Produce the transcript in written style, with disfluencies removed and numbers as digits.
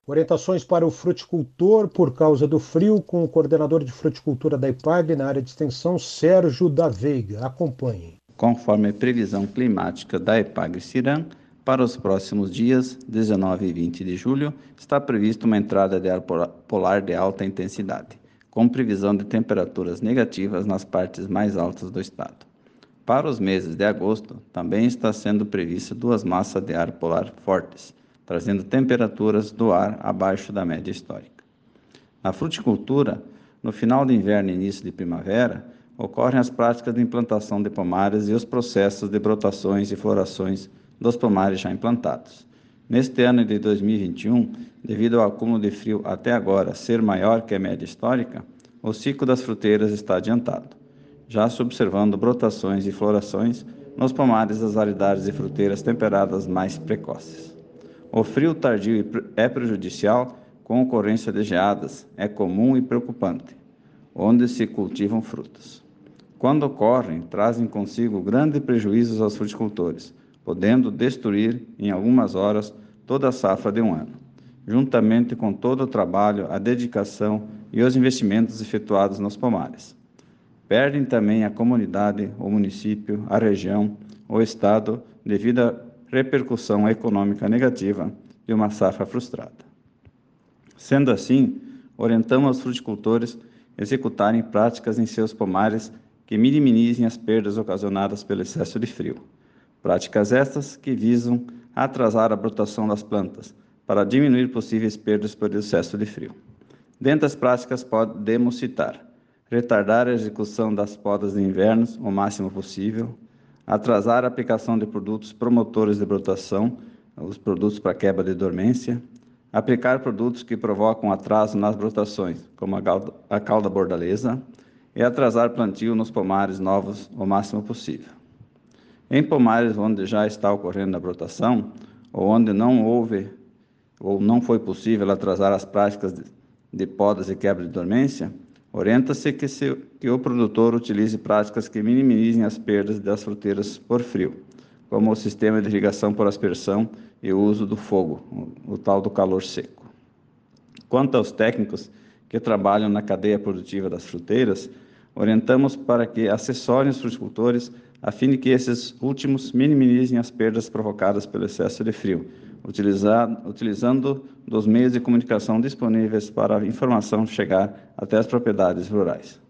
Orientações para o fruticultor por causa do frio, com o coordenador de fruticultura da IPAGRE na área de extensão, Sérgio da Veiga. Acompanhem. Conforme a previsão climática da EPAGRE-CIRAM, para os próximos dias, 19 e 20 de julho, está prevista uma entrada de ar polar de alta intensidade, com previsão de temperaturas negativas nas partes mais altas do estado. Para os meses de agosto, também está sendo prevista duas massas de ar polar fortes, trazendo temperaturas do ar abaixo da média histórica. Na fruticultura, no final do inverno e início de primavera, ocorrem as práticas de implantação de pomares e os processos de brotações e florações dos pomares já implantados. Neste ano de 2021, devido ao acúmulo de frio até agora ser maior que a média histórica, o ciclo das fruteiras está adiantado, já se observando brotações e florações nos pomares das variedades de fruteiras temperadas mais precoces. O frio tardio é prejudicial com ocorrência de geadas, é comum e preocupante, onde se cultivam frutas. Quando ocorrem, trazem consigo grandes prejuízos aos fruticultores, podendo destruir, em algumas horas, toda a safra de um ano, juntamente com todo o trabalho, a dedicação e os investimentos efetuados nos pomares. Perdem também a comunidade, o município, a região, o estado, devido à repercussão econômica negativa de uma safra frustrada. Sendo assim, orientamos os fruticultores a executarem práticas em seus pomares que minimizem as perdas ocasionadas pelo excesso de frio. Práticas estas que visam atrasar a brotação das plantas, para diminuir possíveis perdas por excesso de frio. Dentre as práticas podemos citar: retardar a execução das podas de inverno o máximo possível, atrasar a aplicação de produtos promotores de brotação, os produtos para quebra de dormência, aplicar produtos que provocam atraso nas brotações, como a cauda bordaleza, e atrasar plantio nos pomares novos o máximo possível. Em pomares onde já está ocorrendo a brotação, ou onde não houve ou não foi possível atrasar as práticas de podas e quebra de dormência, orienta-se que o produtor utilize práticas que minimizem as perdas das fruteiras por frio, como o sistema de irrigação por aspersão e o uso do fogo, o tal do calor seco. Quanto aos técnicos que trabalham na cadeia produtiva das fruteiras, orientamos para que assessorem os fruticultores a fim de que esses últimos minimizem as perdas provocadas pelo excesso de frio, utilizando dos meios de comunicação disponíveis para a informação chegar até as propriedades rurais.